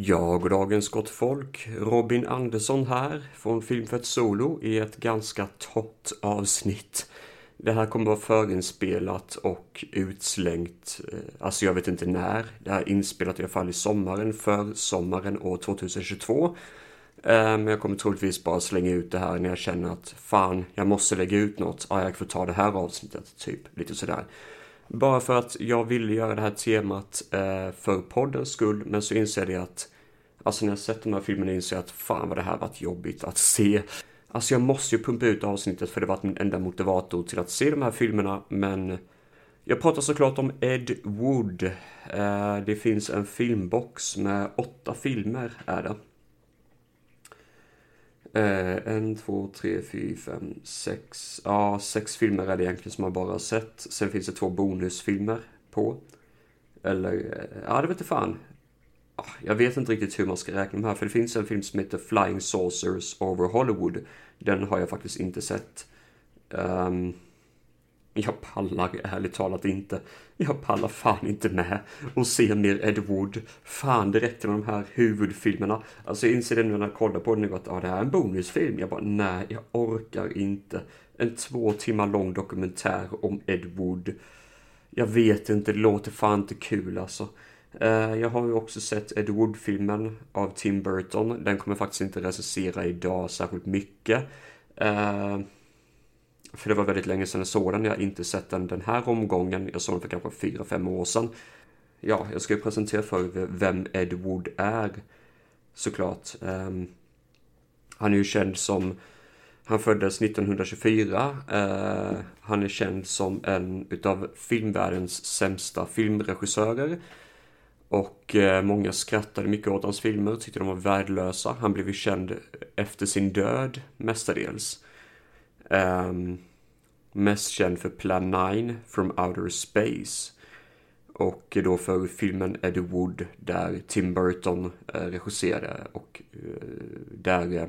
Ja, goddagens gott folk. Robin Andersson här från Filmfett Solo i ett ganska torrt avsnitt. Det här kommer vara förinspelat och utslängt, alltså jag vet inte när. Det här är inspelat i alla fall i sommaren år 2022. Men jag kommer troligtvis bara slänga ut det här när jag känner att fan, jag måste lägga ut något. Ja, jag får ta det här avsnittet, typ. Lite sådär. Bara för att jag ville göra det här temat för poddens skull, men så inser jag att alltså när jag sett de här filmerna inser jag att fan vad det här varit jobbigt att se. Alltså jag måste ju pumpa ut avsnittet för det var min enda motivator till att se de här filmerna, men jag pratar såklart om Ed Wood. Det finns en filmbox med 8 filmer är det. 1, 2, 3, 4, 5, 6. Ja, 6 filmer är det egentligen som man bara har sett. Sen finns det 2 bonusfilmer på. Eller, ja det vet inte fan. Jag vet inte riktigt hur man ska räkna de här. För det finns en film som heter Flying Saucers Over Hollywood. Den har jag faktiskt inte sett. Jag pallar ärligt talat inte. Jag pallar fan inte med och se mer Ed Wood. Fan, det räcker med de här huvudfilmerna. Alltså jag inser det nu när jag kollar på det nu att det här är en bonusfilm. Jag bara, nej, jag orkar inte. En 2 timmar lång dokumentär om Ed Wood. Jag vet inte, det låter fan inte kul alltså. Jag har ju också sett Ed Wood-filmen av Tim Burton. Den kommer jag faktiskt inte recensera idag särskilt mycket. För det var väldigt länge sedan jag såg den. Jag har inte sett den här omgången. Jag såg den för kanske 4-5 år sedan. Ja, jag ska ju presentera för vem Ed Wood är. Såklart. Han är ju känd som... Han föddes 1924. Han är känd som en utav filmvärldens sämsta filmregissörer. Och många skrattade mycket åt hans filmer. Tyckte de var värdelösa. Han blev ju känd efter sin död mestadels. Mest känd för Plan 9 from Outer Space. Och då för filmen Ed Wood där Tim Burton regisserade. Och där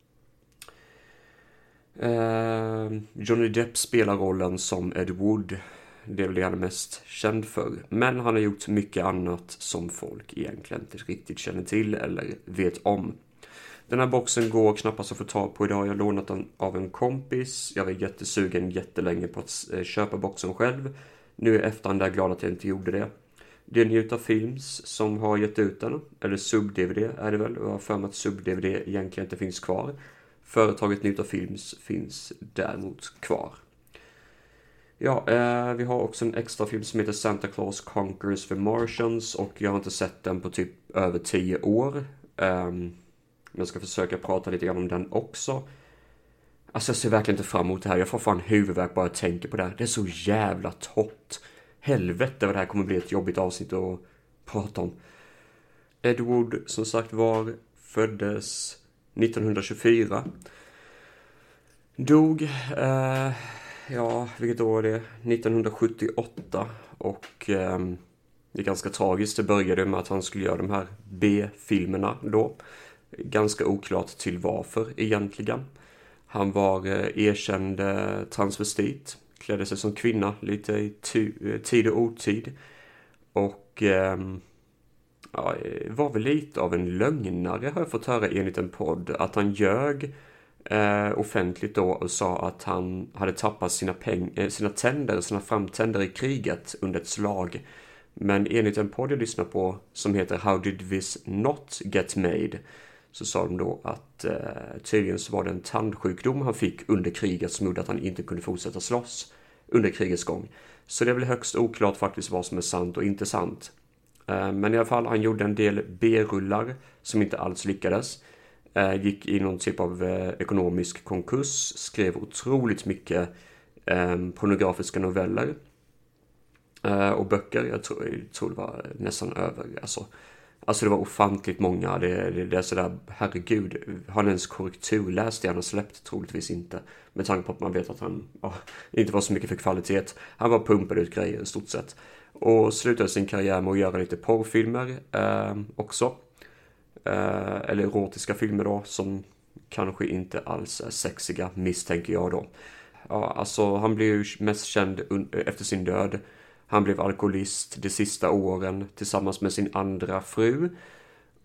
Johnny Depp spelar rollen som Ed Wood. Det är väl det han är mest känd för. Men han har gjort mycket annat som folk egentligen inte riktigt känner till eller vet om. Den här boxen går knappast att få tag på idag. Jag har lånat den av en kompis. Jag var jättesugen jättelänge på att köpa boxen själv. Nu är efterhand jag glad att jag inte gjorde det. Det är Njuta Films som har gett ut den. Eller Sub-DVD är det väl. Och jag har för mig att Sub-DVD egentligen inte finns kvar. Företaget Njuta Films finns däremot kvar. Ja, vi har också en extra film som heter Santa Claus Conquers the Martians. Och jag har inte sett den på typ över 10 år. Jag ska försöka prata lite grann om den också. Alltså jag ser verkligen inte fram emot det här. Jag får fan huvudvärk bara jag tänker på det här. Det är så jävla torrt. Helvete vad det här kommer bli ett jobbigt avsnitt att prata om. Ed Wood som sagt föddes 1924. Dog, vilket år är det? 1978. Och det är ganska tragiskt. Det började med att han skulle göra de här B-filmerna då. Ganska oklart till varför egentligen. Han var erkänd transvestit. Klädde sig som kvinna lite i tid och otid. Och var väl lite av en lögnare har jag fått höra enligt en podd. Att han ljög offentligt då och sa att han hade tappat sina framtänder i kriget under ett slag. Men enligt en podd jag lyssnar på som heter How Did This Not Get Made så sa de då att tydligen så var det en tandsjukdom han fick under kriget som gjorde att han inte kunde fortsätta slåss under krigets gång. Så det är väl högst oklart faktiskt vad som är sant och inte sant. Men i alla fall, han gjorde en del B-rullar som inte alls lyckades. Gick i någon typ av ekonomisk konkurs. Skrev otroligt mycket pornografiska noveller. Och böcker, jag tror det var nästan över. Alltså det var ofantligt många. Det är sådär, herregud. Har han ens korrekturläst det han har släppt? Troligtvis inte. Med tanke på att man vet att han inte var så mycket för kvalitet. Han var pumpad ut grejer i stort sett. Och slutade sin karriär med att göra lite porrfilmer också. Eller erotiska filmer då. Som kanske inte alls är sexiga, misstänker jag då. Ja, alltså han blev ju mest känd efter sin död. Han blev alkoholist de sista åren tillsammans med sin andra fru. Och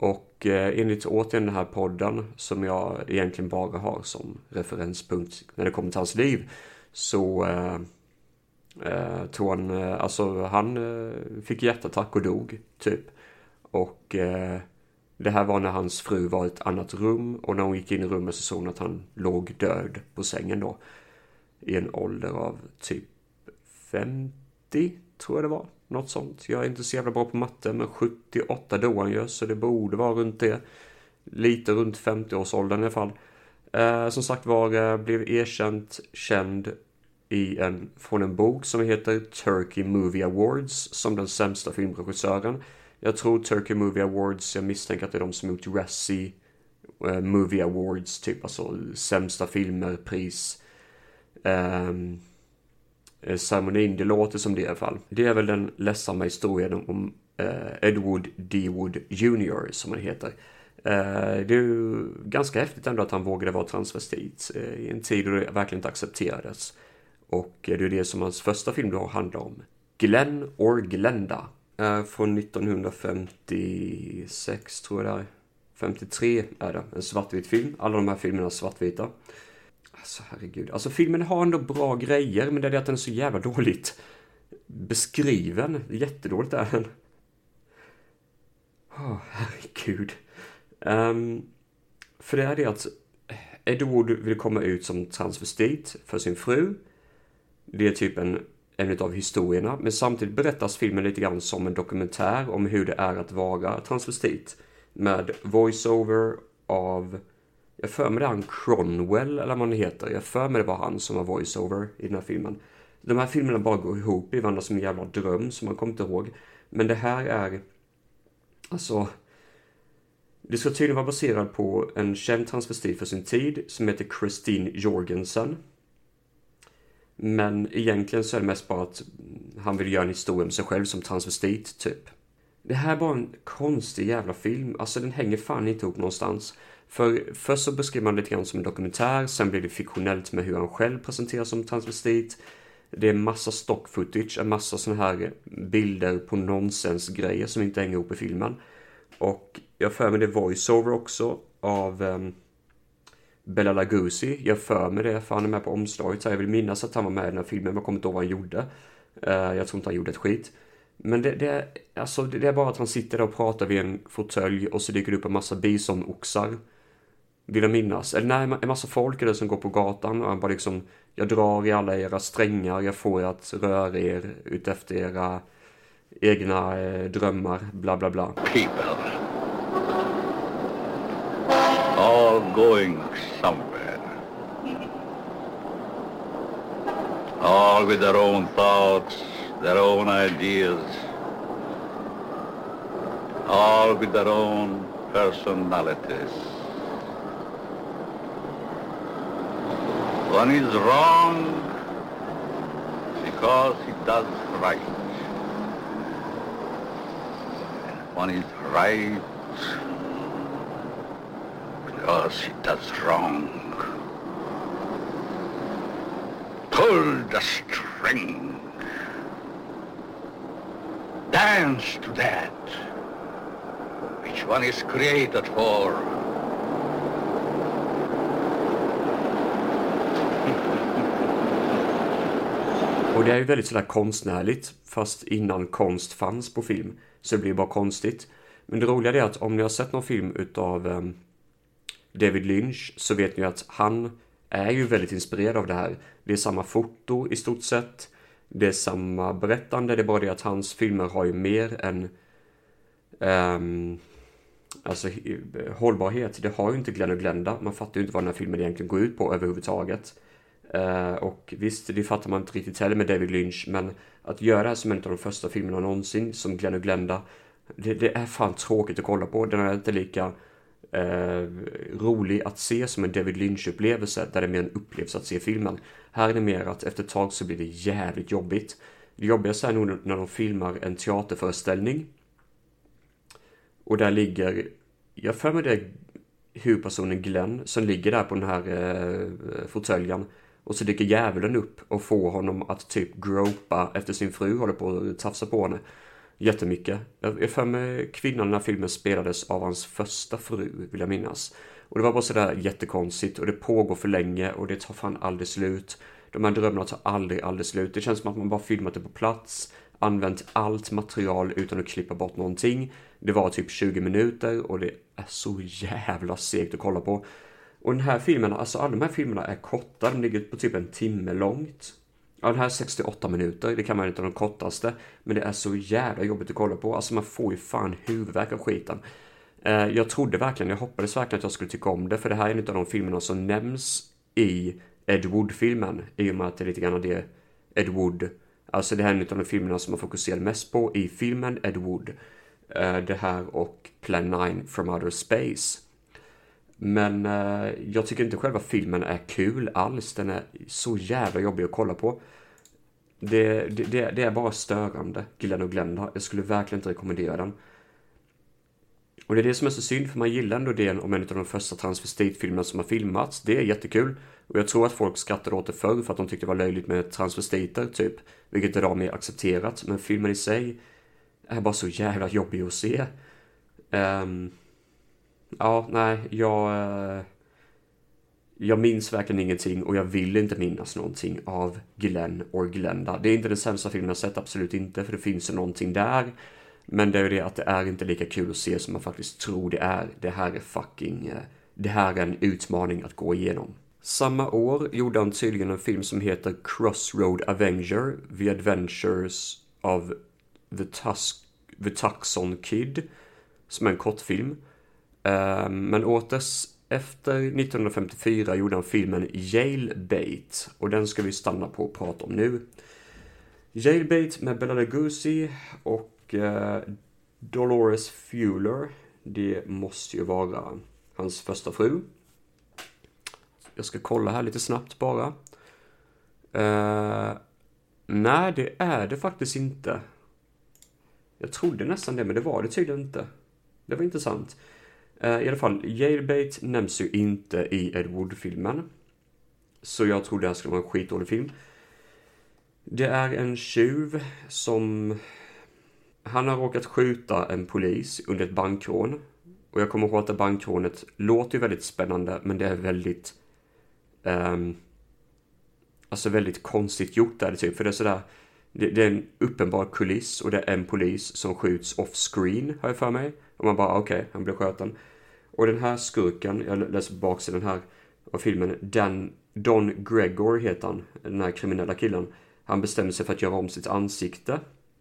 Och enligt återigen den här podden, som jag egentligen bara har som referenspunkt när det kommer till hans liv, så tog han, han fick hjärtattack och dog typ. Och det här var när hans fru var i ett annat rum, och när hon gick in i rummet så såg hon att han låg död på sängen då. I en ålder av typ 50, tror jag det var. Något sånt. Jag är inte så jävla bra på matte, men 78 dog han ju, så det borde vara runt det. Lite runt 50-årsåldern i alla fall. Som sagt blev känd från en bok som heter Turkey Movie Awards som den sämsta filmregissören. Jag tror Turkey Movie Awards, jag misstänker att det är de som gjort Razzie Movie Awards, typ alltså sämsta filmer, pris. Ceremonin, det låter som det i alla fall. Det är väl den ledsamma historien om Edward D. Wood Jr. som han heter. Det är ju ganska häftigt ändå att han vågade vara transvestit i en tid då det verkligen inte accepterades. Och det är det som hans första film då handlar om. Glenn or Glenda. Från 1956 tror jag det är. 53 är det. En svartvit film. Alla de här filmerna är svartvita. Alltså herregud. Alltså filmen har ändå bra grejer, men det är det att den är så jävla dåligt beskriven. Jättedåligt är den. Herregud. För det är det att Edward vill komma ut som transvestit för sin fru. Det är typ en av historierna, men samtidigt berättas filmen lite grann som en dokumentär om hur det är att vara transvestit. Med voiceover av, jag för mig det är han Cronwell eller vad han heter. Jag för mig det var han som var voiceover i den här filmen. De här filmerna bara går ihop i varandra som en jävla dröm som man kommer inte ihåg. Men det här är, alltså, det ska tydligen vara baserad på en känd transvestit för sin tid som heter Christine Jorgensen. Men egentligen så är det mest bara att han vill göra en historia om sig själv som transvestit typ. Det här var en konstig jävla film. Alltså den hänger fan inte ihop någonstans. För först så beskriver man lite grann som en dokumentär. Sen blir det fiktionellt med hur han själv presenteras som transvestit. Det är massa stock footage. En massa såna här bilder på nonsensgrejer som inte hänger ihop i filmen. Och jag för mig det voiceover också av Bela Lugosi. Jag för mig det, för han är med på omslaget. Så jag vill minnas att han var med i den här filmen, men jag kommer inte ihåg vad han gjorde. Jag tror inte han gjorde ett skit. Men det är bara att han sitter där och pratar vid en fåtölj och så dyker det upp en massa bisonoxar. Vill jag minnas. Eller nej, en massa folk är det som går på gatan och han bara liksom, jag drar i alla era strängar, jag får er att röra er ut efter era egna drömmar, bla bla bla. People, all going somewhere, all with their own thoughts, their own ideas, all with their own personalities. One is wrong because he does right. And one is right because he does wrong. Pull the string. Dance to that. Which one is created for? Och det är ju väldigt sådär konstnärligt, fast innan konst fanns på film. Så det blir bara konstigt. Men det roliga är att om ni har sett någon film utav David Lynch så vet ni att han är ju väldigt inspirerad av det här. Det är samma foto i stort sett. Det är samma berättande. Det är bara det att hans filmer har ju mer än hållbarhet. Det har ju inte Glenn och Glenda. Man fattar ju inte vad den här filmen egentligen går ut på överhuvudtaget. Och visst, det fattar man inte riktigt heller med David Lynch, men att göra det här som en av de första filmerna någonsin, som Glenn och Glenda, det är fan tråkigt att kolla på. Den är inte lika rolig att se som en David Lynch-upplevelse, där det är mer en upplevelse att se filmen. Här är det mer att efter ett tag så blir det jävligt jobbigt. Det jobbigaste är nog när de filmar en teaterföreställning och där ligger, jag för mig det huvudpersonen Glenn som ligger där på den här fåtöljen. Och så dyker djävulen upp och får honom att typ gropa efter sin fru håller på att tafsa på henne. jättemycket. Jag för mig kvinnan i den här filmen spelades av hans första fru, vill jag minnas. Och det var bara sådär jättekonstigt och det pågår för länge och det tar fan aldrig slut. De här drömmarna tar aldrig slut. Det känns som att man bara filmat det på plats, använt allt material utan att klippa bort någonting. Det var typ 20 minuter och det är så jävla segt att kolla på. Och den här filmen, alltså alla de här filmerna är korta, de ligger på typ en timme långt. Ja, den här är 68 minuter, det kan man inte de kortaste. Men det är så jävla jobbigt att kolla på, alltså man får ju fan huvudvärk av skiten. Jag hoppades verkligen att jag skulle tycka om det, för det här är en av de filmerna som nämns i Ed Wood-filmen, i och med att det är lite grann det Ed Wood, alltså det här är en av de filmerna som man fokuserar mest på i filmen Ed Wood. Det här och Plan 9 from Outer Space. Men jag tycker inte själva filmen är kul alls, den är så jävla jobbig att kolla på. Det är bara störande, Glenn och Glenda. Jag skulle verkligen inte rekommendera den. Och det är det som är så synd, för man gillar ändå det om en av de första transvestitfilmerna som har filmats. Det är jättekul. Och jag tror att folk skrattade åt det förr för att de tyckte det var löjligt med transvestiter typ. Vilket idag är mer accepterat. Men filmen i sig är bara så jävla jobbig att se. Jag minns verkligen ingenting och jag vill inte minnas någonting av Glenn och Glenda. Det är inte den sämsta filmen jag sett, absolut inte, för det finns ju någonting där. Men det är ju det att det är inte lika kul att se som man faktiskt tror det är. Det här är en utmaning att gå igenom. Samma år gjorde han tydligen en film som heter Crossroad Avenger, The Adventures of the Tucson Kid, som är en kortfilm. Men efter 1954 gjorde han filmen Jailbait, och den ska vi stanna på och prata om nu. Jailbait med Bela Lugosi och Dolores Fuller, det måste ju vara hans första fru. Jag ska kolla här lite snabbt bara. Nej, det är det faktiskt inte. Jag trodde nästan det, men det var det tydligen inte. Det var intressant. I alla fall, Jailbait nämns ju inte i Ed Wood-filmen. Så jag trodde det här skulle vara en skitdålig film. Det är en tjuv som... Han har råkat skjuta en polis under ett bankrån. Och jag kommer ihåg att det bankrånet låter ju väldigt spännande, men det är väldigt... väldigt konstigt gjort där, typ. För det är sådär... Det är en uppenbar kuliss och det är en polis som skjuts off-screen, har jag för mig. Och man bara, okej, han blir skjuten. Och den här skurken, jag läser baksidan här av filmen, Don Gregor heter han, den här kriminella killen. Han bestämmer sig för att göra om sitt ansikte.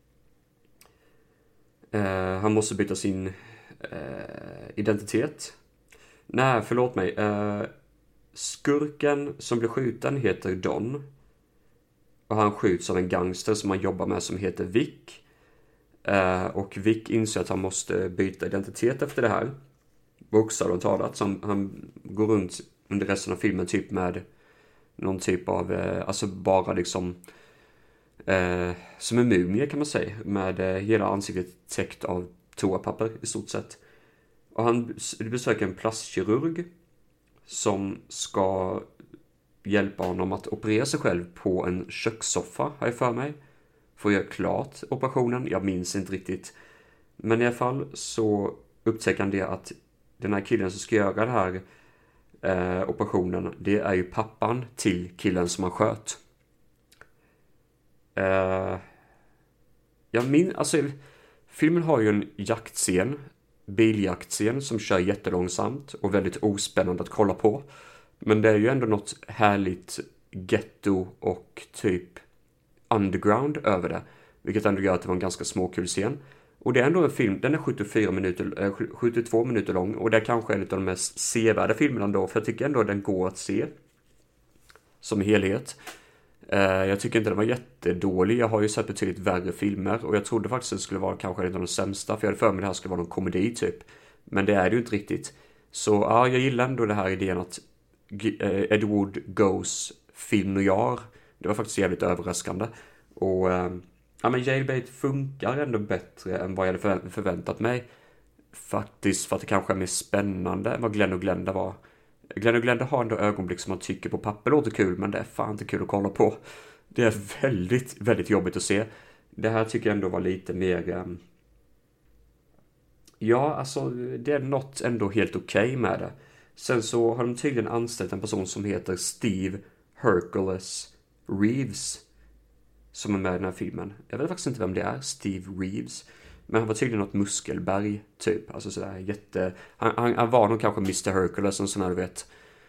Han måste byta sin identitet. Nej, förlåt mig. Skurken som blir skjuten heter Don. Och han skjuts av en gangster som han jobbar med som heter Vic. Och Vic inser att han måste byta identitet efter det här. Bokstavligt talat. Som han går runt under resten av filmen typ med någon typ av, bara liksom som en mumie kan man säga. Med hela ansiktet täckt av toapapper i stort sett. Och han besöker en plastkirurg som ska hjälpa honom att operera sig själv på en kökssoffa, har jag för mig. För att göra klart operationen, jag minns inte riktigt. Men i alla fall så upptäcker han det att den här killen som ska göra den här operationen, det är ju pappan till killen som han sköt. Filmen har ju en jaktscen, biljaktscen som kör jättelångsamt och väldigt ospännande att kolla på. Men det är ju ändå något härligt ghetto och typ underground över det. Vilket ändå gör att det var en ganska småkul scen. Och det är ändå en film, den är 72 minuter lång. Och det är kanske en av de mest sevärda filmerna då. För jag tycker ändå att den går att se som helhet. Jag tycker inte den var jättedålig. Jag har ju sett betydligt värre filmer. Och jag trodde faktiskt att det skulle vara kanske en av de sämsta. För jag hade för mig att det här skulle vara någon komedi typ. Men det är det ju inte riktigt. Så ja, jag gillar ändå det här idén att Ed Wood goes film noir. Det var faktiskt jävligt överraskande. Och men Jailbait funkar ändå bättre än vad jag hade förväntat mig. Faktiskt för att det kanske är mer spännande än vad Glenn och Glenda var. Glenn och Glenda har ändå ögonblick som man tycker på papper låter kul, men det är fan inte kul att kolla på. Det är väldigt, väldigt jobbigt att se. Det här tycker jag ändå var lite mer... Ja, alltså det är något ändå helt okej med det. Sen så har de tydligen anställt en person som heter Steve Hercules Reeves. Som är med i den här filmen. Jag vet faktiskt inte vem det är, Steve Reeves. Men han var tydligen något muskelberg, typ. Alltså sådär jätte... Han var nog kanske Mr. Hercules, en sån här, du vet...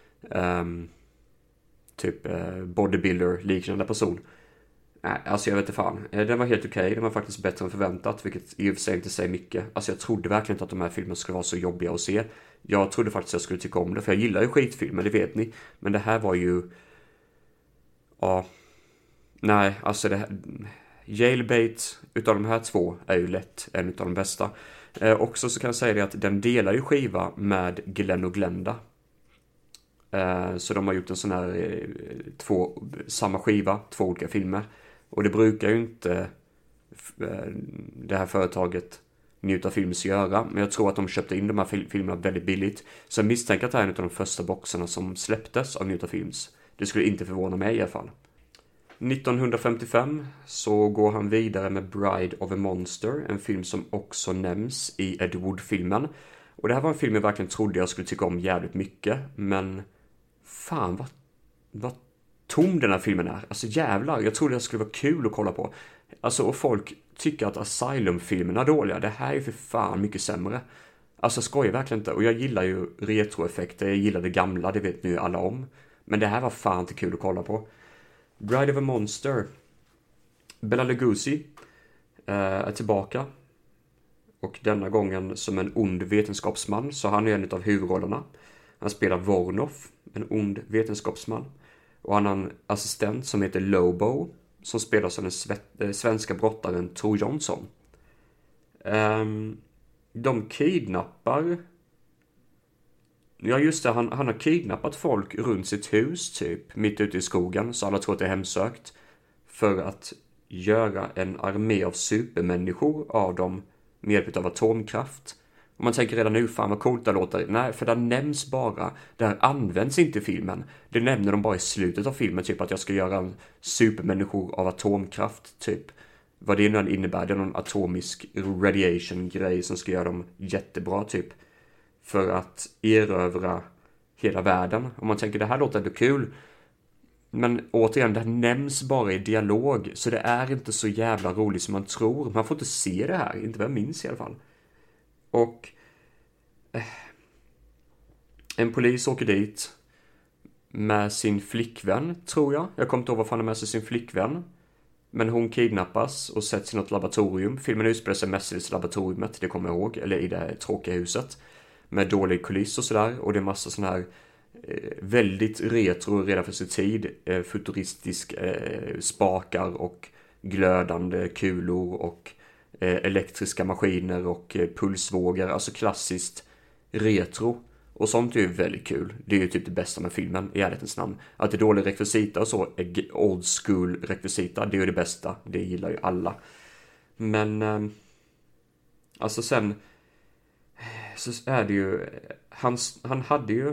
typ bodybuilder, liknande person. Alltså jag vet inte fan. Den var helt okej. Den var faktiskt bättre än förväntat. Vilket i och för sig inte säger mycket. Alltså jag trodde verkligen inte att de här filmerna skulle vara så jobbiga att se. Jag trodde faktiskt att jag skulle tycka om det. För jag gillar ju skitfilmer, det vet ni. Men det här var ju... Ja... Nej, alltså det här... Jailbait utav de här två är ju lätt en utav de bästa. Också så kan jag säga det att den delar ju skiva med Glenn och Glenda. Så de har gjort en sån här samma skiva, 2 olika filmer. Och det brukar ju inte det här företaget Njuta Films göra. Men jag tror att de köpte in de här filmerna väldigt billigt. Så jag misstänker att det här är en av de första boxarna som släpptes av Njuta Films. Det skulle inte förvåna mig i alla fall. 1955 så går han vidare med Bride of a Monster, en film som också nämns i Ed Wood-filmen. Och det här var en film jag verkligen trodde jag skulle tycka om jävligt mycket, men fan vad tom den här filmen är. Alltså jävlar, jag trodde det skulle vara kul att kolla på. Alltså, och folk tycker att Asylum-filmerna är dåliga. Det här är ju för fan mycket sämre. Alltså jag skojar verkligen inte. Och jag gillar ju retroeffekter, jag gillar det gamla, det vet ni ju alla om. Men det här var fan inte kul att kolla på. Bride of a Monster. Bela Lugosi är tillbaka. Och denna gången som en ond vetenskapsman. Så han är en av huvudrollerna. Han spelar Vornov, en ond vetenskapsman. Och han har en assistent som heter Lobo. Som spelar som den svenska brottaren Tor Jonsson. De kidnappar... Ja just det, han har kidnappat folk runt sitt hus typ, mitt ute i skogen, så alla tror att det är hemsökt. För att göra en armé av supermänniskor av dem med hjälp av atomkraft. Och man tänker redan nu, fan vad coolt det låter. Nej, för det nämns bara, det här används inte i filmen. Det nämner de bara i slutet av filmen, typ att jag ska göra en supermänniskor av atomkraft, typ. Vad det nu innebär, det är någon atomisk radiation-grej som ska göra dem jättebra, typ. För att erövra hela världen. Och man tänker, det här låter ändå kul. Men återigen, det här nämns bara i dialog. Så det är inte så jävla roligt som man tror. Man får inte se det här, inte vad jag minns i alla fall. Och en polis åker dit med sin flickvän, tror jag. Jag kommer inte ihåg vad fan är med sig sin flickvän. Men hon kidnappas och sätts i något laboratorium. Filmen utspelar sig mest i laboratoriet, det kommer jag ihåg. Eller i det här tråkiga huset. Med dålig kuliss och sådär. Och det är massa sån här väldigt retro redan för sin tid. Futuristisk spakar och glödande kulor och elektriska maskiner och pulsvågor. Alltså klassiskt retro. Och sånt är ju väldigt kul. Det är ju typ det bästa med filmen, i ärlighetens namn. Att det är dålig rekvisita och så, old school rekvisita, det är ju det bästa. Det gillar ju alla. Men alltså sen så är det ju, han hade ju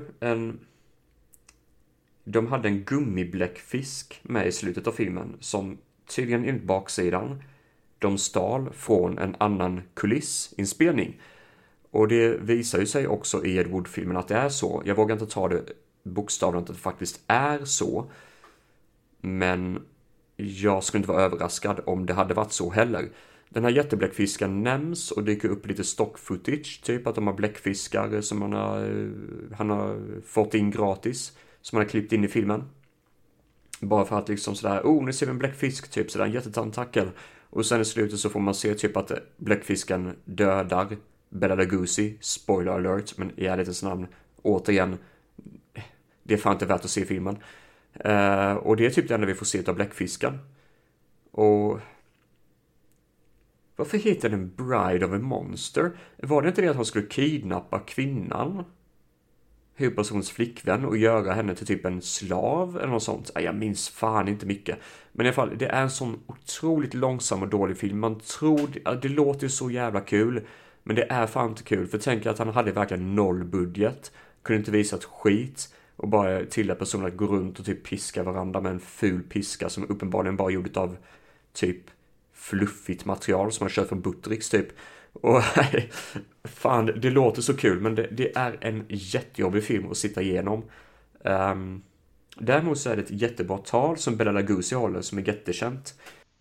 de hade en gummibläckfisk med i slutet av filmen som tydligen enligt baksidan de stal från en annan kulissinspelning. Och det visar ju sig också i Ed Wood-filmen att det är så. Jag vågar inte ta det bokstavligt att det faktiskt är så. Men jag skulle inte vara överraskad om det hade varit så heller. Den här jättebläckfisken nämns och dyker upp lite stock footage. Typ att de har bläckfiskar som han har fått in gratis. Som han har klippt in i filmen. Bara för att liksom sådär, nu ser vi en bläckfisk typ, sådär en jättetentakel. Och sen i slutet så får man se typ att bläckfisken dödar Bela Lugosi, spoiler alert, men i ärlighetens namn, återigen, det är fan inte värt att se filmen. Och det är typ det enda vi får se av bläckfisken. Och varför heter den Bride of a Monster? Var det inte det att han skulle kidnappa kvinnan? Huvudpersonens flickvän och göra henne till typ en slav eller något sånt. Jag minns fan inte mycket. Men i alla fall, det är en sån otroligt långsam och dålig film. Man tror, det låter så jävla kul. Men det är fan inte kul. För tänk att han hade verkligen noll budget. Kunde inte visa ett skit. Och bara tillät personer att gå runt och typ piska varandra med en ful piska som uppenbarligen bara gjort av typ fluffigt material som man kör från Buttericks typ. Och fan, det låter så kul, men det är en jättejobbig film att sitta igenom. Däremot så är det ett jättebra tal som Bela Lugosi håller som är jättekänt.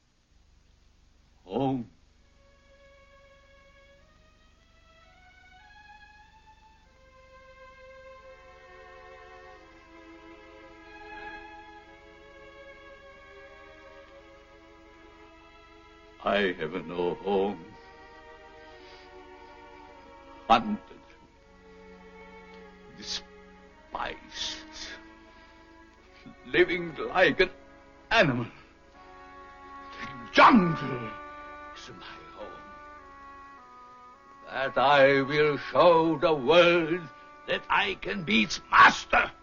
Home. I have no home. Hunted. Despised. Living like an animal. The jungle is my home. That I will show the world that I can be its master.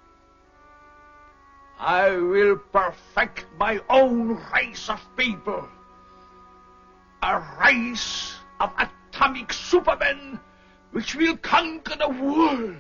I will perfect my own race of people. A race of atomic supermen which will conquer the world.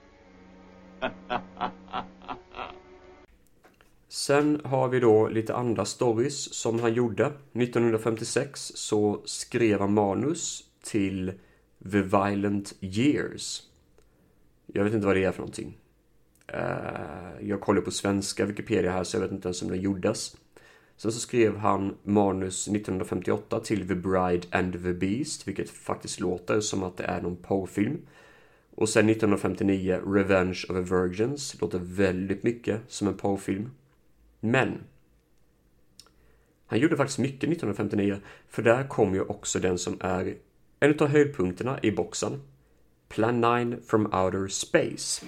Sen har vi då lite andra stories som han gjorde. 1956 så skrev han manus till The Violent Years. Jag vet inte vad det är för någonting. Jag kollar på svenska Wikipedia här så jag vet inte ens om det gjordes. Sen så skrev han manus 1958 till The Bride and the Beast, vilket faktiskt låter som att det är någon porrfilm. Och sen 1959 Revenge of the Virgins, låter väldigt mycket som en porrfilm. Men han gjorde faktiskt mycket 1959, för där kom ju också den som är en av höjdpunkterna i boxen. Plan 9 from Outer Space.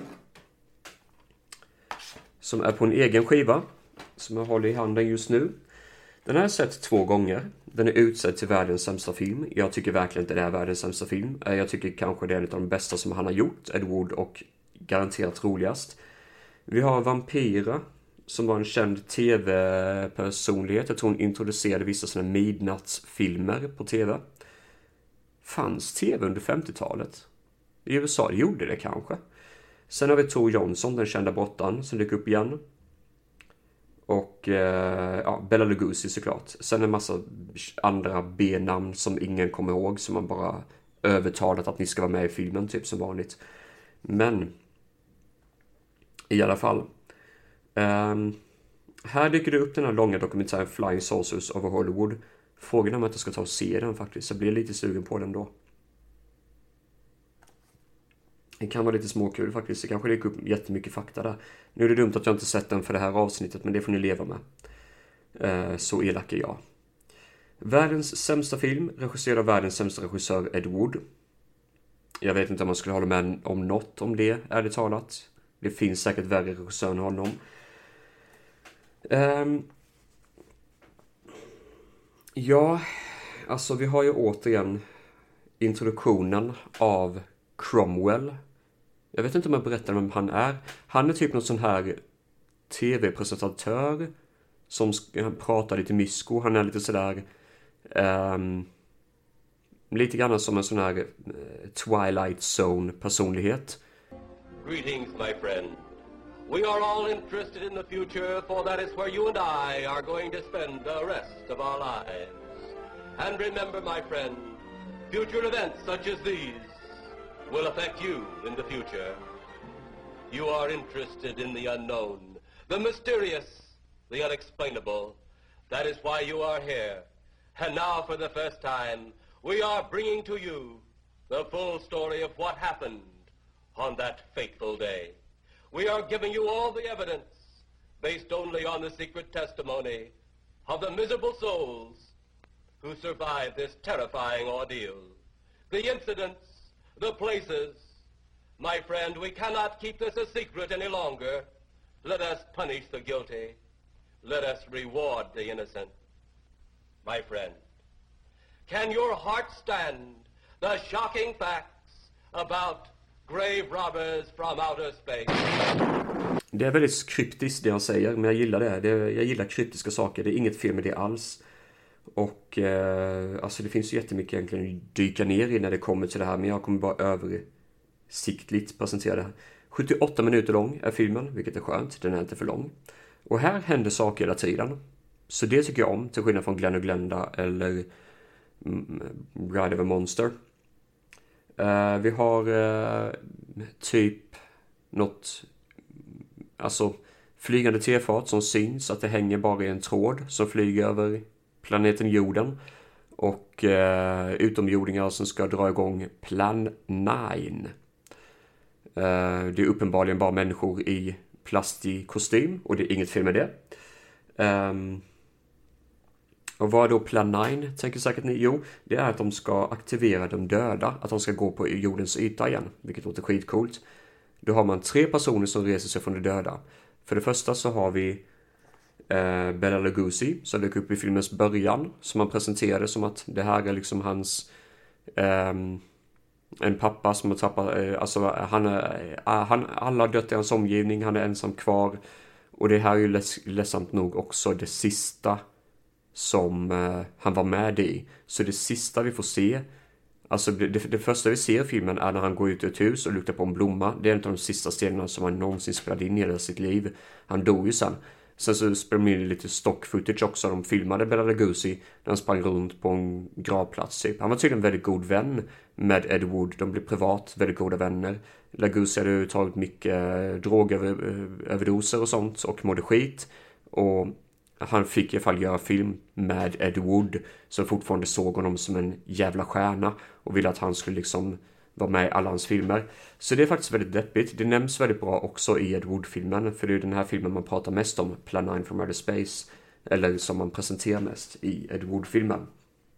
Som är på en egen skiva som jag håller i handen just nu. Den har jag sett 2 gånger. Den är utsedd till världens sämsta film. Jag tycker verkligen inte det är världens sämsta film. Jag tycker kanske det är en av de bästa som han har gjort. Ed Wood, och garanterat roligast. Vi har Vampira, som var en känd tv-personlighet. Jag tror hon introducerade vissa sådana midnattsfilmer på tv. Fanns tv under 50-talet? I USA gjorde det kanske. Sen har vi Tor Johnson, den kända brottaren, som dyker upp igen. Och Bela Lugosi såklart. Sen en massa andra B-namn som ingen kommer ihåg, som man bara övertalat att ni ska vara med i filmen, typ som vanligt. Men i alla fall. Här dyker det upp den här långa dokumentären Flying Saucers over Hollywood. Frågan om att jag ska ta och se den faktiskt. Jag blir lite sugen på den då. Det kan vara lite småkul faktiskt. Det kanske dyker upp jättemycket fakta där. Nu är det dumt att jag inte sett den för det här avsnittet, men det får ni leva med. Så elak är jag. Världens sämsta film, regisserad av världens sämsta regissör Ed Wood. Jag vet inte om man skulle hålla med om något om det, ärligt talat. Det finns säkert värre regissör än honom. Ja, alltså vi har ju återigen introduktionen av Cromwell. Jag vet inte om jag berättar vem han är. Han är typ någon sån här tv-presentatör som pratar lite mysko. Han är lite sådär lite grann som en sån här Twilight Zone personlighet. Greetings, my friend. We are all interested in the future, for that is where you and I are going to spend the rest of our lives. And remember, my friend, future events such as these will affect you in the future. You are interested in the unknown, the mysterious, the unexplainable. That is why you are here. And now, for the first time, we are bringing to you the full story of what happened on that fateful day. We are giving you all the evidence, based only on the secret testimony of the miserable souls who survived this terrifying ordeal. The incidents, the places. My friend, we cannot keep this a secret any longer. Let us punish the guilty. Let us reward the innocent. My friend, can your heart stand the shocking facts about grave robbers from outer space? Det är väldigt kryptiskt det han säger, men jag gillar det. Jag gillar kryptiska saker. Det är inget fel med det alls. Och alltså det finns ju jättemycket egentligen att dyka ner i när det kommer till det här, men jag kommer bara översiktligt presentera det här. 78 minuter lång är filmen, vilket är skönt. Den är inte för lång. Och här händer saker hela tiden. Så det tycker jag om, till skillnad från Glenn och Glenda eller Bride of a Monster. Vi har typ något, alltså flygande tefat som syns, att det hänger bara i en tråd som flyger över planeten jorden. Och utomjordingar som ska dra igång Plan 9. Det är uppenbarligen bara människor i plastig kostym, och det är inget fel med det. Och vad är då Plan 9, tänker säkert ni? Jo, det är att de ska aktivera de döda, att de ska gå på jordens yta igen, vilket låter skitcoolt. Då har man 3 personer som reser sig från de döda. För det första så har vi Bela Lugosi, som dök upp i filmens början, som han presenterade som att det här är liksom hans en pappa som har tappat, alltså han alla har dött i hans omgivning, han är ensam kvar, och det här är ju ledsamt nog också det sista som han var med i. Så det sista vi får se, alltså det första vi ser i filmen är när han går ut ur ett hus och luktar på en blomma. Det är en av de sista scenerna som han någonsin spelade in i hela sitt liv. Han dog ju sen. Sen så spelade de in lite stock footage också. De filmade Bela Lugosi när han sprang runt på en gravplats typ. Han var tydligen en väldigt god vän med Ed Wood. De blev privat väldigt goda vänner. Lugosi hade tagit mycket drogöverdoser och sånt och mådde skit. Och han fick i alla fall göra film med Ed Wood, som fortfarande såg honom som en jävla stjärna och ville att han skulle liksom vara med i alla hans filmer. Så det är faktiskt väldigt deppigt. Det nämns väldigt bra också i Ed Wood-filmen, för det är den här filmen man pratar mest om, Plan 9 from Outer Space, eller som man presenterar mest i Ed Wood-filmen.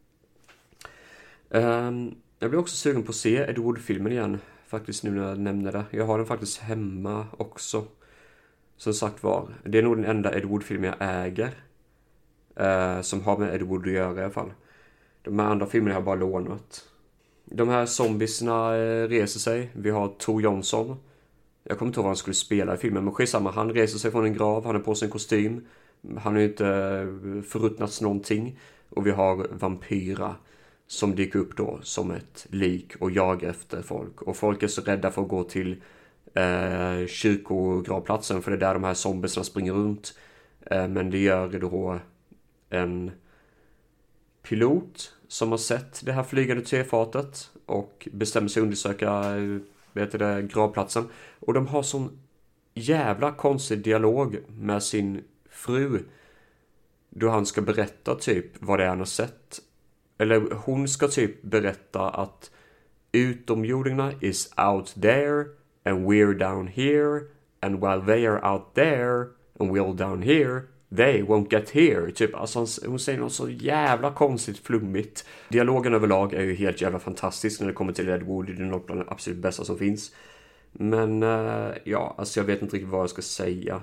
Jag blir också sugen på att se Ed Wood-filmen igen, faktiskt, nu när jag nämner det. Jag har den faktiskt hemma också. Som sagt var, det är nog den enda Ed Wood-film jag äger som har med Ed Wood att göra i alla fall. De här andra filmerna har jag bara lånat. De här zombiesna reser sig. Vi har Tor Johnson. Jag kommer inte ihåg vad han skulle spela i filmen, men skitsamma, han reser sig från en grav, han är på sin kostym. Han har ju inte förruttnats någonting. Och vi har Vampyra som dyker upp då som ett lik och jagar efter folk. Och folk är så rädda för att gå till kyrkogravplatsen, för det är där de här zombiesna springer runt. Men det gör då en pilot som har sett det här flygande tefatet och bestämmer sig undersöka gravplatsen. Och de har sån jävla konstig dialog med sin fru, då han ska berätta typ vad det är han har sett. Eller hon ska typ berätta att utomjordingarna is out there and we're down here, and while they are out there and we're down here, they won't get here. Typ, alltså hon säger något så jävla konstigt flummigt. Dialogen överlag är ju helt jävla fantastisk när det kommer till Ed Wood. Det är något bland det absolut bästa som finns. Men ja, alltså jag vet inte riktigt vad jag ska säga.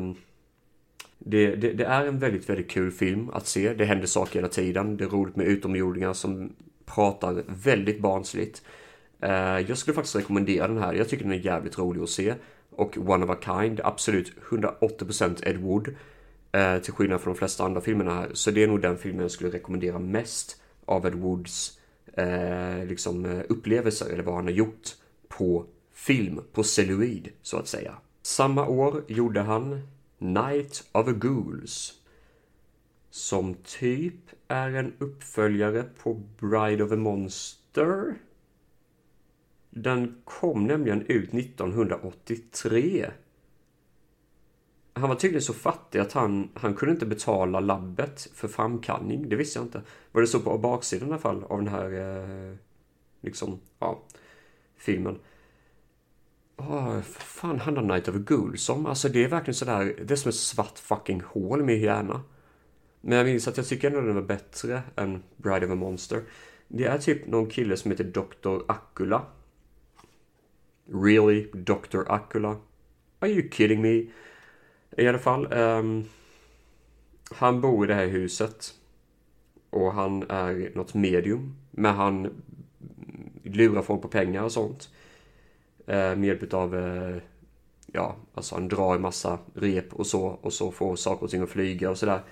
Det är en väldigt, väldigt kul film att se. Det händer saker hela tiden. Det är roligt med utomjordingar som pratar väldigt barnsligt. Jag skulle faktiskt rekommendera den här. Jag tycker den är jävligt rolig att se. Och One of a Kind, absolut 180% Ed Wood. Till skillnad från de flesta andra filmerna här. Så det är nog den filmen jag skulle rekommendera mest av Ed Woods upplevelser, eller vad han har gjort på film, på celluloid så att säga. Samma år gjorde han Night of the Ghouls, som typ är en uppföljare på Bride of a Monster. Den kom nämligen ut 1983. Han var tydligen så fattig att han kunde inte betala labbet för framkallning. Det visste jag inte. Var det så på baksidan i alla fall av den här filmen. Fan handlar Night of the Ghouls om? Alltså det är verkligen sådär, det är som ett svart fucking hål med hjärna. Men jag minns att jag tycker ändå den var bättre än Bride of a Monster. Det är typ någon kille som heter Dr. Akula. Really? Dr. Akula? Are you kidding me? I alla fall, han bor i det här huset. Och han är något medium. Men han lurar folk på pengar och sånt. Med hjälp av, alltså han drar en massa rep och så får saker och ting att flyga och sådär.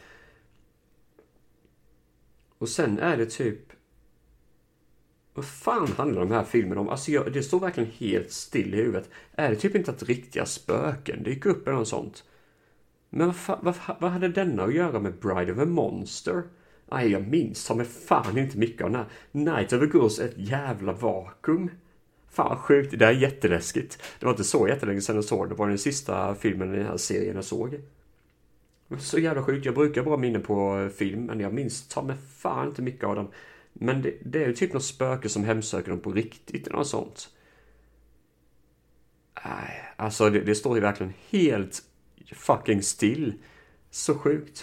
Och sen är det typ, vad fan handlar de här filmerna om? Alltså det står verkligen helt still i huvudet. Är det typ inte att riktiga spöken dyker upp eller något sånt? Men vad hade denna att göra med Bride of a Monster? Nej, jag minns med fan inte mycket av den här. Night of the Ghouls är ett jävla vakuum. Fan sjukt, det är jätteläskigt. Det var inte så jättelänge sedan jag såg det. Det var den sista filmen i den här serien jag såg. Så jävla sjukt, jag brukar bara minna på film, men jag minns med fan inte mycket av dem. Men det är ju typ något spöke som hemsöker dem på riktigt eller något sånt. Alltså det står ju verkligen helt fucking still. Så sjukt.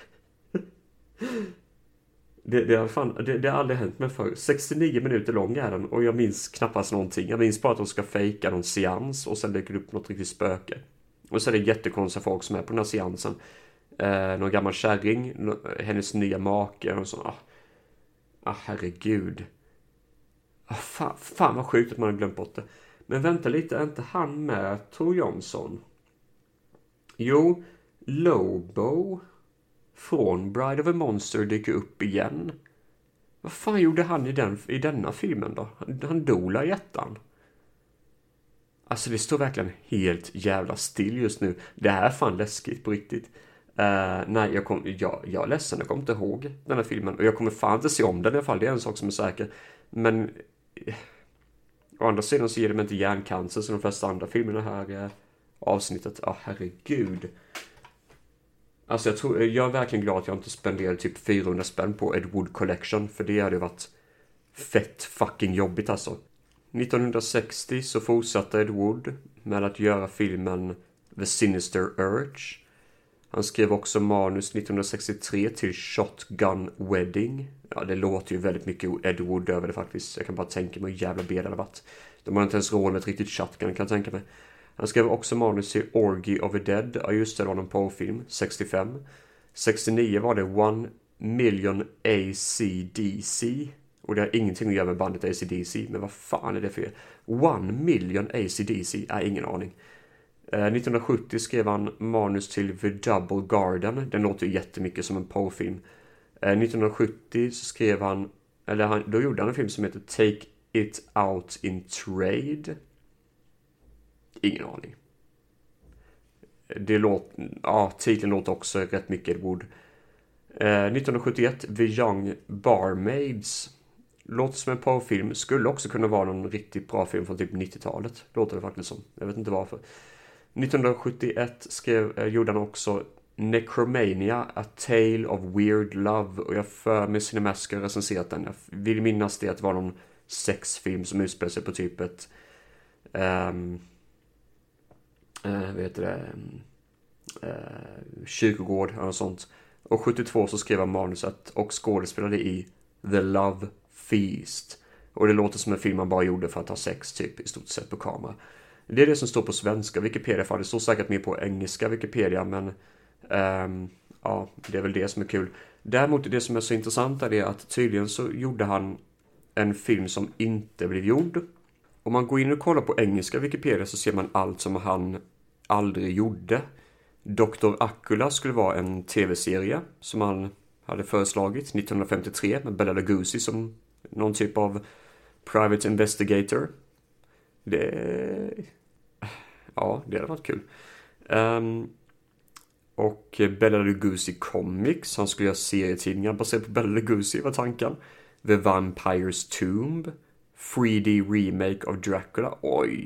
Det har aldrig hänt mig förr. 69 minuter lång är den och jag minns knappast någonting. Jag minns bara att de ska fejka någon seans och sen dyker upp något riktigt spöke. Och så är det jättekonstiga folk som är på den här seansen. Någon gammal kärring, hennes nya make och så. Herregud. Fan vad sjukt att man har glömt bort det. Men vänta lite, är inte han med Tor Johnson? Jo, Lobo från Bride of a Monster dyker upp igen. Vad fan gjorde han i denna filmen då? Han dolar i ettan. Alltså det står verkligen helt jävla still just nu. Det här är fan läskigt på riktigt. Nej, jag är ledsen, jag kommer inte ihåg den här filmen. Och jag kommer fan inte se om den i alla fall, det är en sak som är säker. Men å andra sidan så ger det mig inte hjärncancer som de flesta andra filmerna här avsnittet. Herregud. Alltså jag är verkligen glad att jag inte spenderade typ 400 spänn på Ed Wood Collection. För det hade varit fett fucking jobbigt alltså. 1960 så fortsatte Ed Wood med att göra filmen The Sinister Urge. Han skrev också manus 1963 till Shotgun Wedding. Ja, det låter ju väldigt mycket Ed Wood över det faktiskt. Jag kan bara tänka mig hur jävla B det hade varit. De har inte ens råd med ett riktigt shotgun, kan jag tänka mig. Han skrev också manus till Orgy of the Dead. Ja just det, var någon porrfilm. 65. 69 var det 1 million AC/DC. Och det har ingenting att göra med bandet AC/DC. Men vad fan är det för 1 million AC/DC? Ingen aning. 1970 skrev han manus till The Double Garden. Den låter ju jättemycket som en porrfilm. 1970 så skrev han, då gjorde han en film som heter Take It Out in Trade. Ingen aning. Titeln låter också rätt mycket Ed Wood. 1971 The Young Barmaids. Låter som en porrfilm. Skulle också kunna vara någon riktigt bra film från typ 90-talet. Låter det faktiskt som. Jag vet inte varför. 1971 gjorde han också Necromania, A Tale of Weird Love. Och jag för mig Cinemasker recenserat den. Jag vill minnas det att det var någon sexfilm som utspelar sig på typ ett kyrkogård eller något sånt. Och 72 så skrev han manuset och skådespelade i The Love Feast. Och det låter som en film man bara gjorde för att ha sex typ i stort sett på kamera. Det är det som står på svenska Wikipedia, för det står säkert mer på engelska Wikipedia, men det är väl det som är kul. Däremot det som är så intressant är det att tydligen så gjorde han en film som inte blev gjord. Om man går in och kollar på engelska Wikipedia så ser man allt som han aldrig gjorde. Dr. Acula skulle vara en tv-serie som han hade föreslagit 1953 med Bela Lugosi som någon typ av private investigator. Det hade varit kul. Och Bela Lugosi Comics, han skulle göra serietidningar baserat på Bela Lugosi, var tanken. The Vampire's Tomb, 3D remake av Dracula.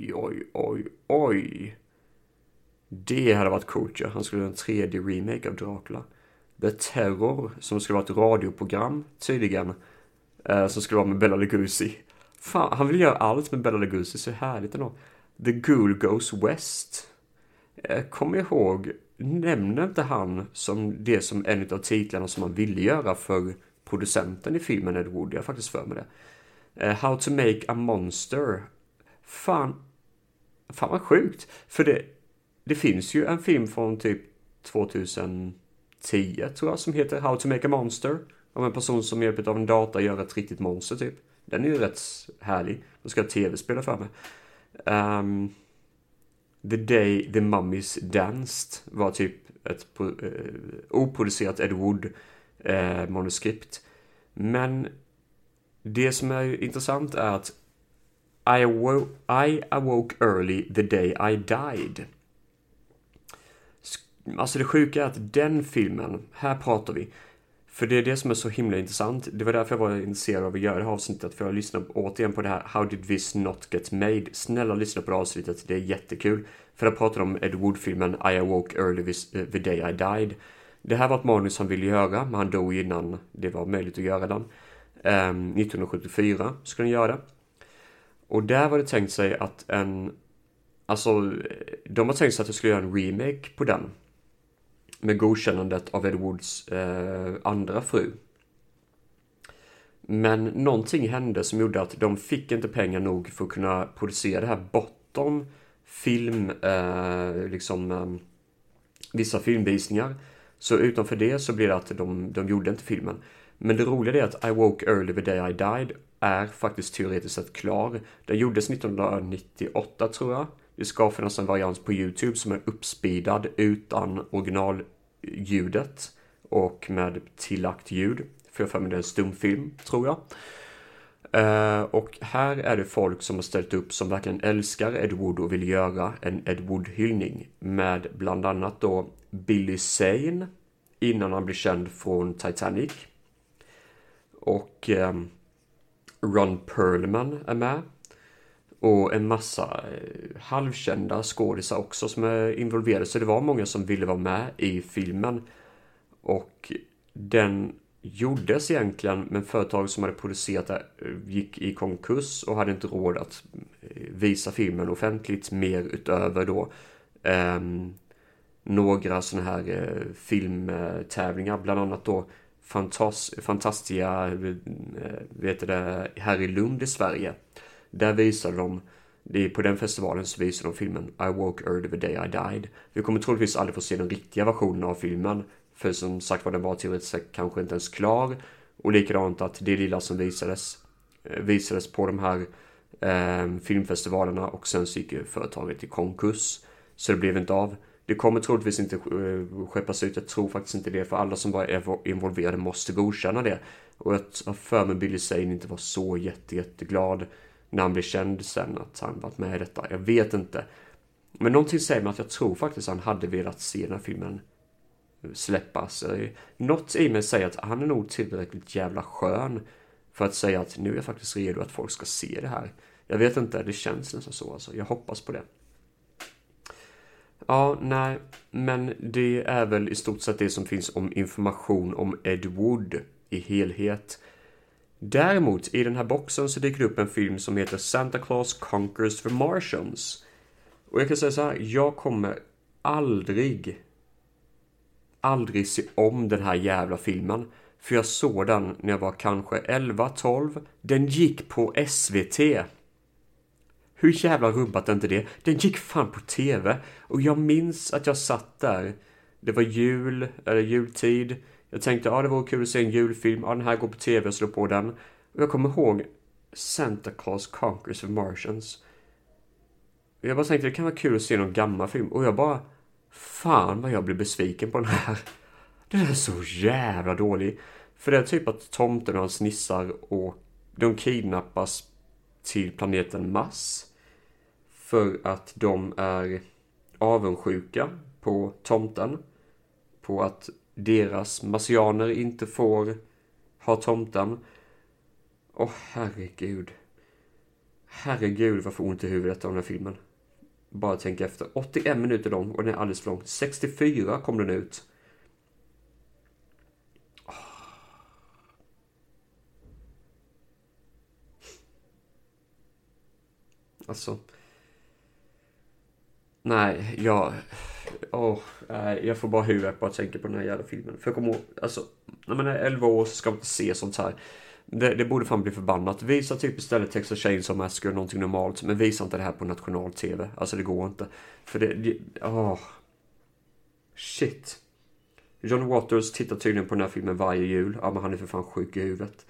Oj. Det hade varit coolt, ja. Han skulle göra en 3D remake av Dracula. The Terror, som skulle vara ett radioprogram tydligen, som skulle vara med Bela Lugosi. Fan, han vill göra allt med Bela Lugosi, så härligt ändå. The Ghoul Goes West. Kom ihåg, nämnde inte han som en av titlarna som han ville göra för producenten i filmen Ed Wood? Jag har faktiskt för mig det. How to Make a Monster. Fan vad sjukt. För det finns ju en film från typ 2010 tror jag som heter How to Make a Monster. Om en person som hjälper av en data gör ett riktigt monster typ. Den är ju rätt härlig. Då ska tv-spela för mig. The Day the Mummies Danced var typ ett oproducerat Ed Wood manuskript. Men det som är intressant är att I awoke early the day I died. alltså det sjuka är att den filmen, här pratar vi. För det är det som är så himla intressant. Det var därför jag var intresserad av att göra det här avsnittet. För jag lyssnade återigen på det här How did this not get made? Snälla lyssna på det avsnittet, det är jättekul. För jag pratade om Ed Wood-filmen I awoke early the day I died. Det här var ett manus han ville göra, men han dog innan det var möjligt att göra den. 1974 skulle han göra det. Och där var det tänkt sig att de har tänkt sig att det skulle göra en remake på den. Med godkännandet av Ed Woods andra fru. Men någonting hände som gjorde att de fick inte pengar nog för att kunna producera det här bortom film, vissa filmvisningar. Så utanför det så blir det att de gjorde inte filmen. Men det roliga är att I woke early the day I died är faktiskt teoretiskt sett klar. Den gjordes 1998 tror jag. Det ska finnas en variant på YouTube som är uppspeedad utan originalljudet och med tillagt ljud. För mig det är en stumfilm, tror jag. Och här är det folk som har ställt upp som verkligen älskar Ed Wood och vill göra en Ed Wood-hyllning. Med bland annat då Billy Zane innan han blir känd från Titanic. Och Ron Perlman är med. Och en massa halvkända skådisar också som är involverade. Så det var många som ville vara med i filmen. Och den gjordes egentligen, men företag som hade producerat det gick i konkurs och hade inte råd att visa filmen offentligt mer utöver då några sådana här filmtävlingar, bland annat då fantastiska här i Lund i Sverige. Där visade de, på den festivalen så visade de filmen I woke early the day I died. Vi kommer troligtvis aldrig få se den riktiga versionen av filmen. För som sagt var den var teoretiskt kanske inte ens klar. Och likadant att det lilla som visades på de här filmfestivalerna och sen så gick företaget i konkurs. Så det blev inte av. Det kommer troligtvis inte skeppas ut. Jag tror faktiskt inte det, för alla som var involverade måste godkänna det. Och jag för mig Billy Zane inte var så jätteglad när han blev känd sen att han varit med i detta. Jag vet inte. Men någonting säger mig att jag tror faktiskt att han hade velat se den här filmen släppas. Något i mig säger att han är nog tillräckligt jävla skön för att säga att nu är jag faktiskt redo att folk ska se det här. Jag vet inte, det känns nästan så alltså. Jag hoppas på det. Ja, nej, men det är väl i stort sett det som finns om information om Ed Wood i helhet. Däremot i den här boxen så dyker det upp en film som heter Santa Claus Conquers the Martians. Och jag kan säga så här, jag kommer aldrig se om den här jävla filmen. För jag såg den när jag var kanske 11-12. Den gick på SVT. Hur jävla rubbat är inte det? Den gick fan på tv. Och jag minns att jag satt där. Det var jultid. Jag tänkte, det var kul att se en julfilm. Den här går på tv, och slå på den. Och jag kommer ihåg Santa Claus Conquers the Martians. Och jag bara tänkte, det kan vara kul att se någon gammal film. Och jag bara, fan vad jag blir besviken på den här. Den är så jävla dålig. För det är typ att tomten och hans nissar och de kidnappas till planeten Mars. För att de är avundsjuka på tomten. På att deras marsianer inte får ha tomten. Herregud. Herregud vad får ont i huvudet av den här filmen. Bara tänk efter. 81 minuter lång och den är alldeles för lång. 64 kom den ut. Alltså. Nej, jag får bara huvudet på att tänka på den här jävla filmen. För jag kommer ihåg, alltså, när man är 11 år så ska man inte se sånt här. Det borde fan bli förbannat. Visa typ istället Texas Chainsaw Massacre någonting normalt. Men visa inte det här på national-tv. Alltså det går inte. För shit. John Waters tittar tydligen på den här filmen varje jul. Ja, men han är för fan sjuk i huvudet.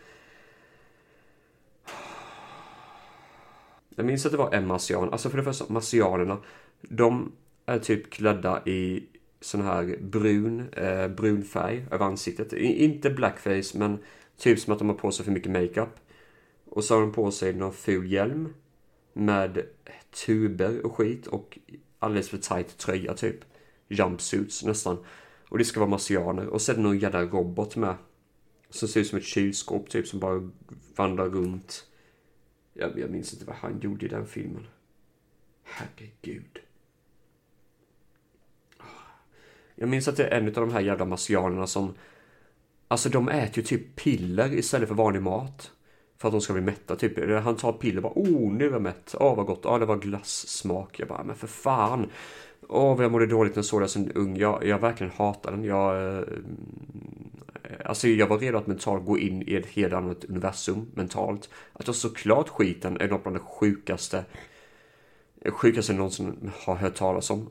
Jag minns att det var en marsian. Alltså för det första, marsianerna. De är typ klädda i sån här brun färg över ansiktet. Inte blackface, men typ som att de har på sig för mycket makeup. Och så har de på sig någon ful hjälm med tuber och skit och alldeles för tight tröja typ. jumpsuits nästan. Och det ska vara marsianer. Och sen någon jävla robot med. Som ser ut som ett kylskåp typ som bara vandrar runt. Jag minns inte vad han gjorde i den filmen. Herregud. Jag minns att det är en av de här jävla marsianerna som... Alltså de äter ju typ piller istället för vanlig mat. För att de ska bli mätta typ. Han tar piller och bara, nu är jag mätt. Vad gott. Det var glassmak. Jag bara, men för fan. Vad jag mådde dåligt när jag såg det som ung. Jag verkligen hatar den. Jag var redo att mentalt gå in i ett helt annat universum mentalt. Att jag såklart skiten är något bland det sjukaste jag någonsin har hört talas om.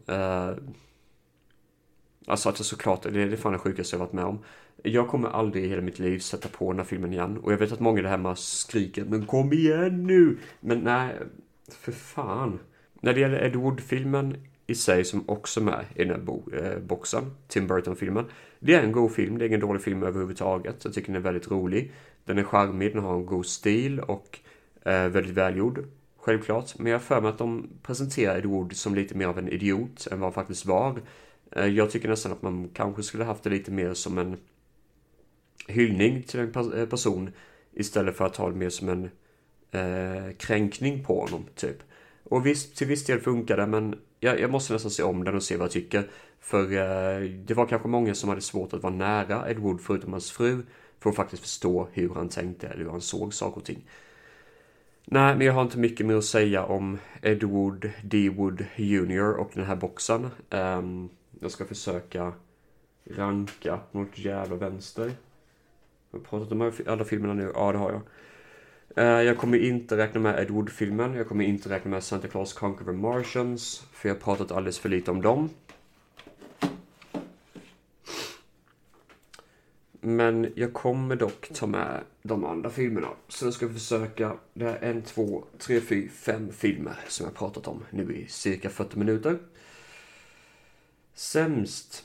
Alltså att jag såklart, det är fan det sjukaste jag varit med om. Jag kommer aldrig i hela mitt liv sätta på den här filmen igen. Och jag vet att många där hemma skriker, men kom igen nu! Men nej, för fan. När det gäller Ed Wood-filmen i sig som också med i den här boxen, Tim Burton-filmen. Det är en god film, det är ingen dålig film överhuvudtaget. Jag tycker den är väldigt rolig. Den är charmig, den har en god stil och väldigt välgjord. Självklart, men jag för mig att de presenterar Ed Wood som lite mer av en idiot än vad han faktiskt var. Jag tycker nästan att man kanske skulle haft det lite mer som en hyllning till en person istället för att ha det mer som en kränkning på honom typ. Och visst, till viss del funkar det, men jag måste nästan se om den och se vad jag tycker. För det var kanske många som hade svårt att vara nära Ed Wood förutom hans fru för att faktiskt förstå hur han tänkte eller hur han såg saker och ting. Nej, men jag har inte mycket mer att säga om Ed Wood, D. Wood Jr. och den här boxen. Jag ska försöka ranka mot jävla vänster. Jag har pratat om alla filmerna nu. Ja, det har jag. Jag kommer inte räkna med Ed Wood-filmen. Jag kommer inte räkna med Santa Claus Conquer the Martians. För jag har pratat alldeles för lite om dem. Men jag kommer dock ta med de andra filmerna. Så jag ska försöka. Det är 1, 2, 3, 4, 5 filmer som jag har pratat om nu i cirka 40 minuter. Sämst.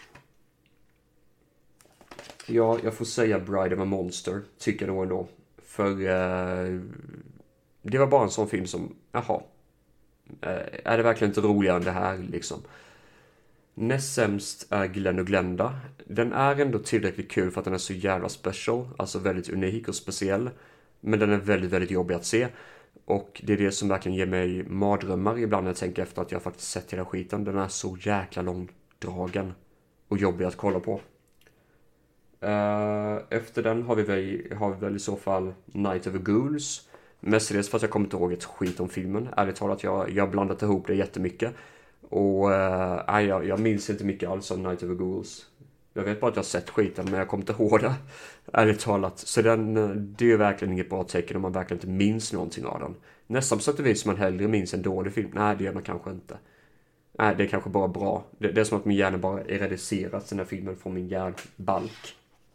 Ja, jag får säga Bride of a Monster. Tycker jag nog ändå. För det var bara en sån film som, är det verkligen inte roligare än det här liksom. Näst sämst är Glenn och Glenda. Den är ändå tillräckligt kul för att den är så jävla special. Alltså väldigt unik och speciell. Men den är väldigt, väldigt jobbig att se. Och det är det som verkligen ger mig mardrömmar ibland när jag tänker efter att jag faktiskt sett hela skiten. Den är så jäkla långdragen och jobbig att kolla på. Efter den har vi väl i så fall Night of the Ghouls. Mestadels för att jag kommer inte ihåg ett skit om filmen. Ärligt talat, jag har blandat ihop det jättemycket. Och jag minns inte mycket alls om Night of the Ghouls. Jag vet bara att jag har sett skiten, men jag kommer inte ihåg det. Ärligt talat. Så det är verkligen inget bra tecken om man verkligen inte minns någonting av den. Nästan på sätt och vis man hellre minns en dålig film. Nej, det gör man kanske inte. Nej, det är kanske bara bra. Det är som att min hjärna bara är reducerat den här filmen från min hjärnbalk.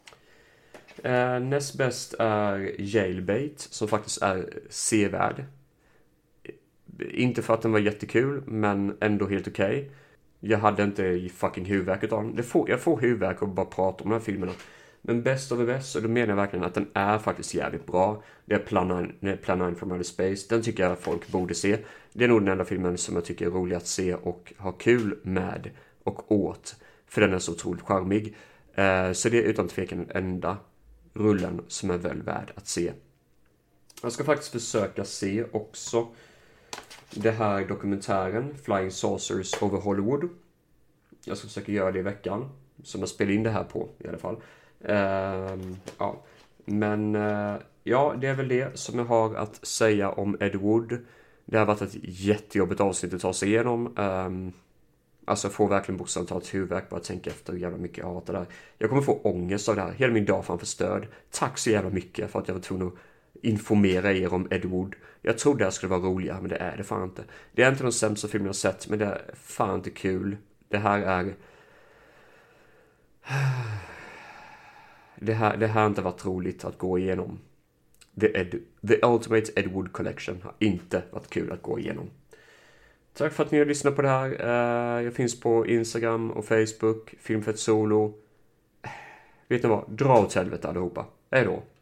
Näst bäst är Jailbait, som faktiskt är sevärd. Inte för att den var jättekul, men ändå helt okej. Jag hade inte fucking huvudvärk av den. Jag får huvudvärk och bara prata om de här filmerna. Men bäst av det bäst, och då menar jag verkligen att den är faktiskt jävligt bra. Det är Plan 9 from Outer Space. Den tycker jag folk borde se. Det är nog den enda filmen som jag tycker är rolig att se och ha kul med och åt. För den är så otroligt charmig. Så det är utan tvekan den enda rullen som är väl värd att se. Jag ska faktiskt försöka se också det här dokumentären Flying Saucers over Hollywood. Jag ska försöka göra det i veckan, som jag spelar in det här på i alla fall. Ja. Men ja, det är väl det som jag har att säga om Ed Wood. Det har varit ett jättejobbigt avsnitt att ta sig igenom. Alltså jag får verkligen bokstavligt talat huvudvärk bara att tänka efter hur jävla mycket jag hatar det här. Jag kommer få ångest av det här. Hela min dag framför stöd. Tack så jävla mycket för att jag var tvungen att informera er om Ed Wood. Jag trodde det här skulle vara roligare, men det är det fan inte. Det är inte den sämsta filmen jag sett, men det är fan inte kul. Det här är... Det här har inte varit roligt att gå igenom. The Ultimate Ed Wood Collection har inte varit kul att gå igenom. Tack för att ni har lyssnat på det här. Jag finns på Instagram och Facebook. Filmfett Solo. Vet ni vad? Dra åt helvete allihopa. Hej då.